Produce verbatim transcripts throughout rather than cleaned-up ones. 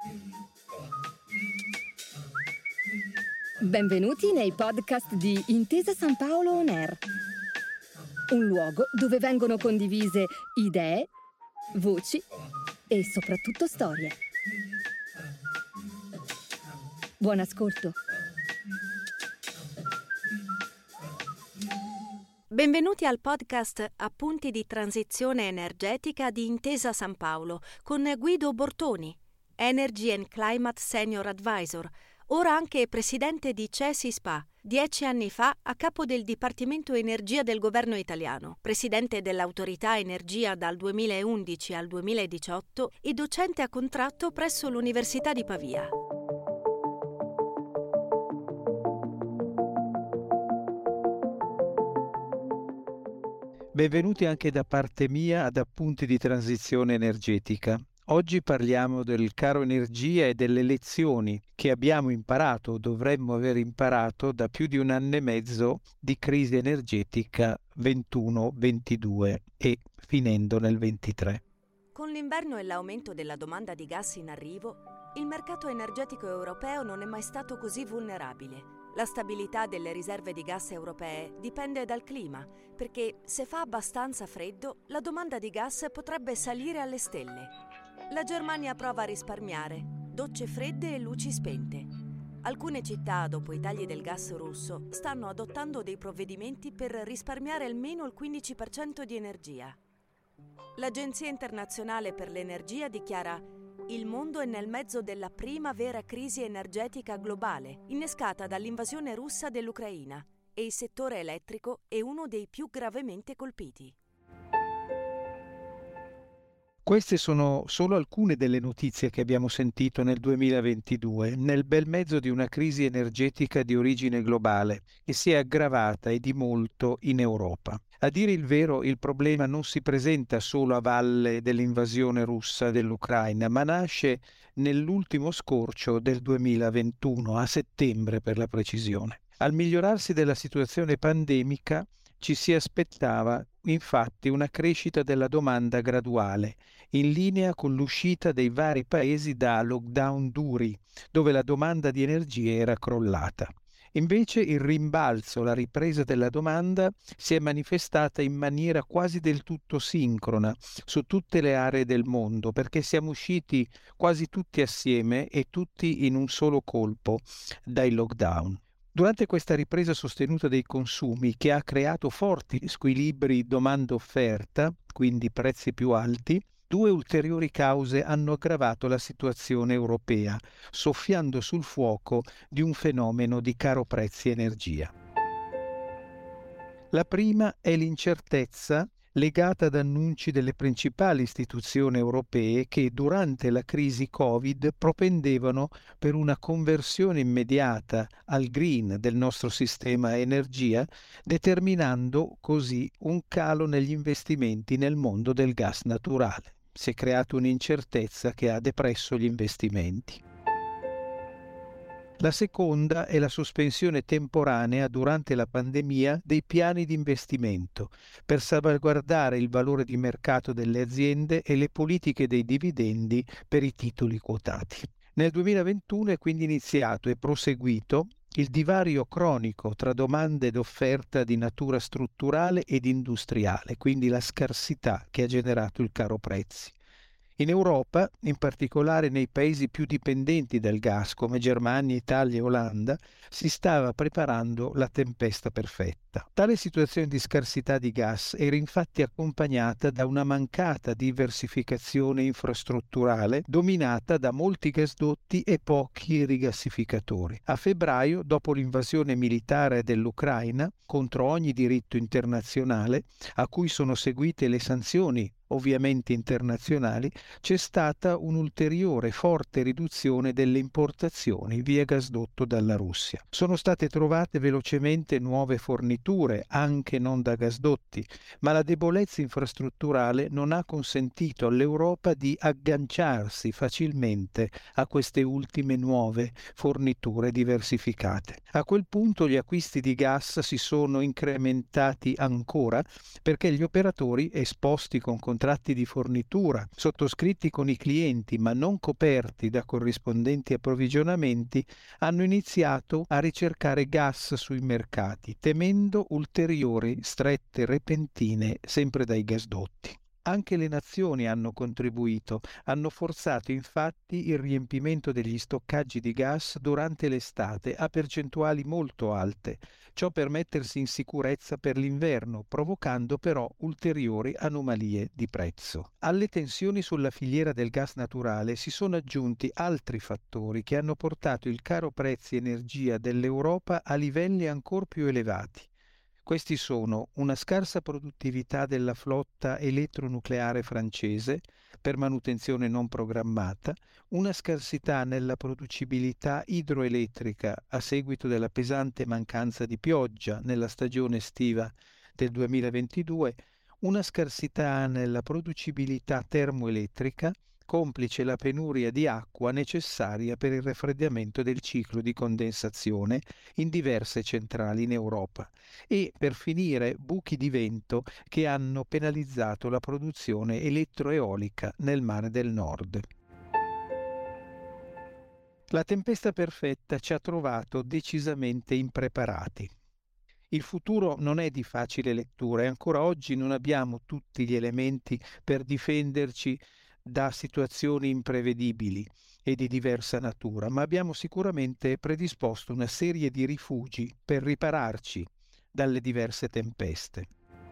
Benvenuti nei podcast di Intesa San Paolo On Air, un luogo dove vengono condivise idee, voci e soprattutto storie. Buon ascolto. Benvenuti al podcast Appunti di transizione energetica di Intesa San Paolo con Guido Bortoni, Energy and Climate Senior Advisor, ora anche presidente di C E S I S P A, dieci anni fa a capo del Dipartimento Energia del Governo italiano, presidente dell'Autorità Energia dal duemilaundici al duemiladiciotto e docente a contratto presso l'Università di Pavia. Benvenuti anche da parte mia ad Appunti di transizione energetica. Oggi parliamo del caro energia e delle lezioni che abbiamo imparato o dovremmo aver imparato da più di un anno e mezzo di crisi energetica ventuno ventidue e finendo nel ventitré. Con l'inverno e l'aumento della domanda di gas in arrivo, il mercato energetico europeo non è mai stato così vulnerabile. La stabilità delle riserve di gas europee dipende dal clima, perché se fa abbastanza freddo, la domanda di gas potrebbe salire alle stelle. La Germania prova a risparmiare, docce fredde e luci spente. Alcune città, dopo i tagli del gas russo, stanno adottando dei provvedimenti per risparmiare almeno il quindici per cento di energia. L'Agenzia internazionale per l'energia dichiara: il mondo è nel mezzo della prima vera crisi energetica globale, innescata dall'invasione russa dell'Ucraina, e il settore elettrico è uno dei più gravemente colpiti. Queste sono solo alcune delle notizie che abbiamo sentito nel duemilaventidue, nel bel mezzo di una crisi energetica di origine globale, che si è aggravata e di molto in Europa. A dire il vero, il problema non si presenta solo a valle dell'invasione russa dell'Ucraina, ma nasce nell'ultimo scorcio del duemilaventuno, a settembre per la precisione. Al migliorarsi della situazione pandemica, ci si aspettava infatti una crescita della domanda graduale, in linea con l'uscita dei vari paesi da lockdown duri, dove la domanda di energia era crollata. Invece il rimbalzo, la ripresa della domanda si è manifestata in maniera quasi del tutto sincrona su tutte le aree del mondo, perché siamo usciti quasi tutti assieme e tutti in un solo colpo dai lockdown. Durante questa ripresa sostenuta dei consumi, che ha creato forti squilibri domanda-offerta, quindi prezzi più alti, due ulteriori cause hanno aggravato la situazione europea, soffiando sul fuoco di un fenomeno di caro prezzi energia. La prima è l'incertezza legata ad annunci delle principali istituzioni europee che durante la crisi Covid propendevano per una conversione immediata al green del nostro sistema energia, determinando così un calo negli investimenti nel mondo del gas naturale. Si è creata un'incertezza che ha depresso gli investimenti. La seconda è la sospensione temporanea durante la pandemia dei piani di investimento per salvaguardare il valore di mercato delle aziende e le politiche dei dividendi per i titoli quotati. Nel duemilaventuno è quindi iniziato e proseguito il divario cronico tra domanda ed offerta di natura strutturale ed industriale, quindi la scarsità che ha generato il caro prezzi. In Europa, in particolare nei paesi più dipendenti dal gas come Germania, Italia e Olanda, si stava preparando la tempesta perfetta. Tale situazione di scarsità di gas era infatti accompagnata da una mancata diversificazione infrastrutturale dominata da molti gasdotti e pochi rigassificatori. A febbraio, dopo l'invasione militare dell'Ucraina contro ogni diritto internazionale, a cui sono seguite le sanzioni ovviamente internazionali, c'è stata un'ulteriore forte riduzione delle importazioni via gasdotto dalla Russia. Sono state trovate velocemente nuove forniture, anche non da gasdotti, ma la debolezza infrastrutturale non ha consentito all'Europa di agganciarsi facilmente a queste ultime nuove forniture diversificate. A quel punto gli acquisti di gas si sono incrementati ancora perché gli operatori, esposti con condizioni contratti di fornitura sottoscritti con i clienti ma non coperti da corrispondenti approvvigionamenti hanno iniziato a ricercare gas sui mercati, temendo ulteriori strette repentine sempre dai gasdotti. Anche le nazioni hanno contribuito, hanno forzato infatti il riempimento degli stoccaggi di gas durante l'estate a percentuali molto alte, ciò per mettersi in sicurezza per l'inverno, provocando però ulteriori anomalie di prezzo. Alle tensioni sulla filiera del gas naturale si sono aggiunti altri fattori che hanno portato il caro prezzi energia dell'Europa a livelli ancor più elevati. Questi sono una scarsa produttività della flotta elettronucleare francese per manutenzione non programmata, una scarsità nella producibilità idroelettrica a seguito della pesante mancanza di pioggia nella stagione estiva del duemilaventidue, una scarsità nella producibilità termoelettrica, complice la penuria di acqua necessaria per il raffreddamento del ciclo di condensazione in diverse centrali in Europa e, per finire, buchi di vento che hanno penalizzato la produzione elettroeolica nel Mare del Nord. La tempesta perfetta ci ha trovato decisamente impreparati. Il futuro non è di facile lettura e ancora oggi non abbiamo tutti gli elementi per difenderci da situazioni imprevedibili e di diversa natura, ma abbiamo sicuramente predisposto una serie di rifugi per ripararci dalle diverse tempeste.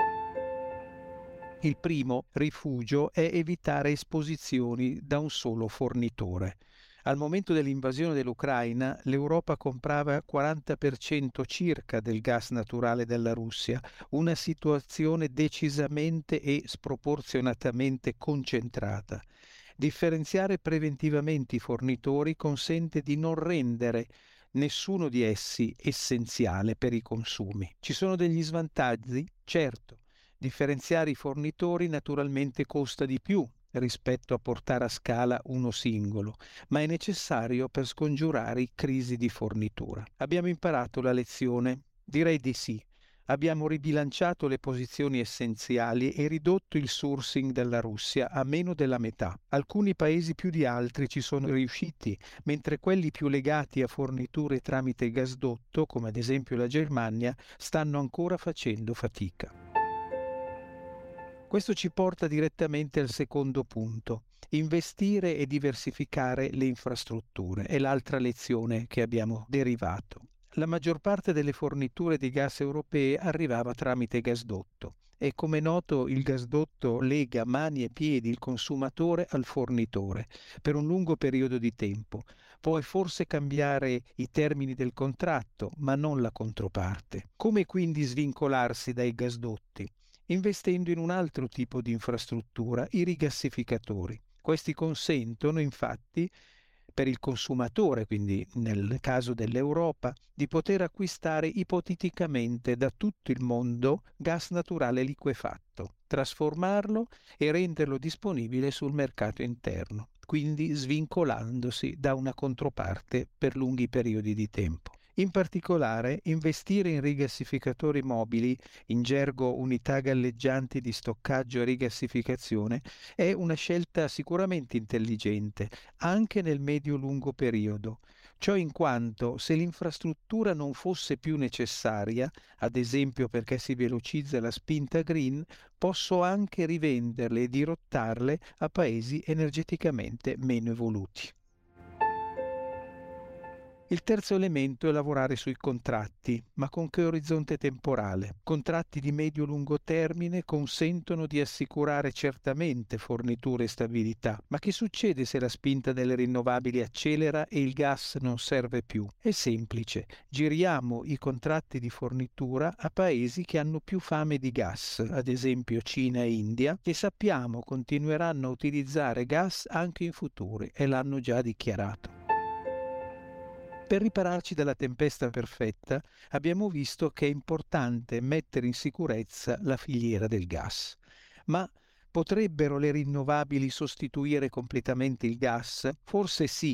Il primo rifugio è evitare esposizioni da un solo fornitore. Al momento dell'invasione dell'Ucraina, l'Europa comprava il quaranta per cento circa del gas naturale dalla Russia, una situazione decisamente e sproporzionatamente concentrata. Differenziare preventivamente i fornitori consente di non rendere nessuno di essi essenziale per i consumi. Ci sono degli svantaggi? Certo. Differenziare i fornitori naturalmente costa di più rispetto a portare a scala uno singolo, ma è necessario per scongiurare crisi di fornitura. Abbiamo imparato la lezione? Direi di sì. Abbiamo ribilanciato le posizioni essenziali e ridotto il sourcing della Russia a meno della metà. Alcuni paesi più di altri ci sono riusciti, mentre quelli più legati a forniture tramite gasdotto, come ad esempio la Germania, stanno ancora facendo fatica. Questo ci porta direttamente al secondo punto. Investire e diversificare le infrastrutture è l'altra lezione che abbiamo derivato. La maggior parte delle forniture di gas europee arrivava tramite gasdotto e, come noto, il gasdotto lega mani e piedi il consumatore al fornitore per un lungo periodo di tempo. Può forse cambiare i termini del contratto, ma non la controparte. Come quindi svincolarsi dai gasdotti? Investendo in un altro tipo di infrastruttura, i rigassificatori. Questi consentono, infatti, per il consumatore, quindi nel caso dell'Europa, di poter acquistare ipoteticamente da tutto il mondo gas naturale liquefatto, trasformarlo e renderlo disponibile sul mercato interno, quindi svincolandosi da una controparte per lunghi periodi di tempo. In particolare, investire in rigassificatori mobili, in gergo unità galleggianti di stoccaggio e rigassificazione, è una scelta sicuramente intelligente, anche nel medio-lungo periodo. Ciò in quanto, se l'infrastruttura non fosse più necessaria, ad esempio perché si velocizza la spinta green, posso anche rivenderle e dirottarle a paesi energeticamente meno evoluti. Il terzo elemento è lavorare sui contratti, ma con che orizzonte temporale? Contratti di medio-lungo termine consentono di assicurare certamente forniture e stabilità, ma che succede se la spinta delle rinnovabili accelera e il gas non serve più? È semplice, giriamo i contratti di fornitura a paesi che hanno più fame di gas, ad esempio Cina e India, che sappiamo continueranno a utilizzare gas anche in futuro e l'hanno già dichiarato. Per ripararci dalla tempesta perfetta abbiamo visto che è importante mettere in sicurezza la filiera del gas. Ma potrebbero le rinnovabili sostituire completamente il gas? Forse sì,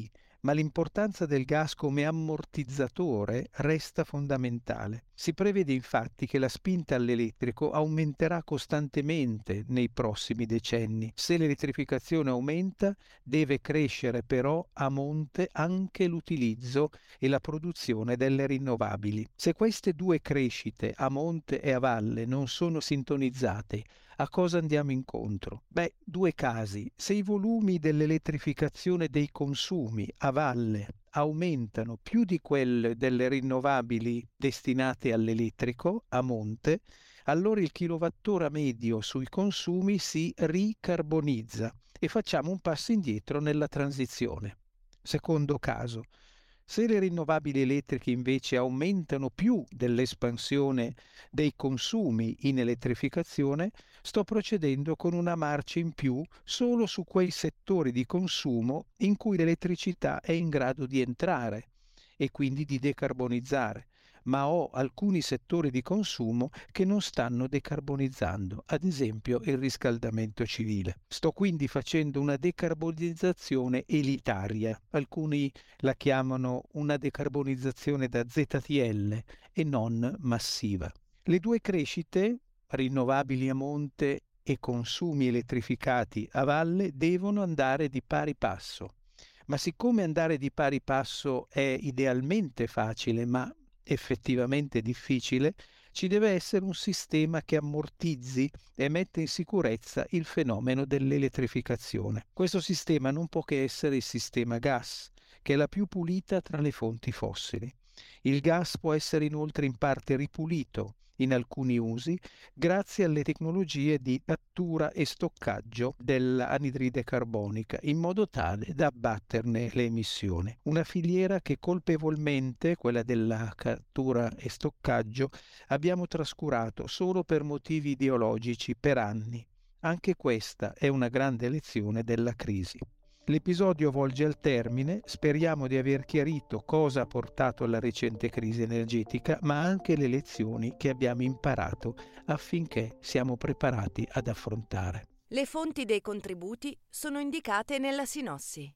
ma l'importanza del gas come ammortizzatore resta fondamentale. Si prevede infatti che la spinta all'elettrico aumenterà costantemente nei prossimi decenni. Se l'elettrificazione aumenta, deve crescere però a monte anche l'utilizzo e la produzione delle rinnovabili. Se queste due crescite, a monte e a valle, non sono sintonizzate, a cosa andiamo incontro? Beh, due casi. Se i volumi dell'elettrificazione dei consumi a valle aumentano più di quelli delle rinnovabili destinate all'elettrico a monte, allora il kilowattora medio sui consumi si ricarbonizza e facciamo un passo indietro nella transizione. Secondo caso, se le rinnovabili elettriche invece aumentano più dell'espansione dei consumi in elettrificazione, sto procedendo con una marcia in più solo su quei settori di consumo in cui l'elettricità è in grado di entrare e quindi di decarbonizzare, ma ho alcuni settori di consumo che non stanno decarbonizzando, ad esempio il riscaldamento civile. Sto quindi facendo una decarbonizzazione elitaria, alcuni la chiamano una decarbonizzazione da Z T L e non massiva. Le due crescite, rinnovabili a monte e consumi elettrificati a valle, devono andare di pari passo. Ma siccome andare di pari passo è idealmente facile, ma effettivamente difficile, ci deve essere un sistema che ammortizzi e mette in sicurezza il fenomeno dell'elettrificazione. Questo sistema non può che essere il sistema gas, che è la più pulita tra le fonti fossili. Il gas può essere inoltre in parte ripulito in alcuni usi grazie alle tecnologie di cattura e stoccaggio dell'anidride carbonica, in modo tale da abbatterne le emissioni. Una filiera che colpevolmente, quella della cattura e stoccaggio, abbiamo trascurato solo per motivi ideologici per anni. Anche questa è una grande lezione della crisi. L'episodio volge al termine, speriamo di aver chiarito cosa ha portato alla recente crisi energetica, ma anche le lezioni che abbiamo imparato affinché siamo preparati ad affrontare. Le fonti dei contributi sono indicate nella sinossi.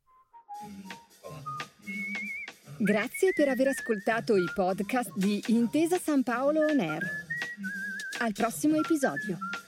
Grazie per aver ascoltato i podcast di Intesa San Paolo On Air. Al prossimo episodio.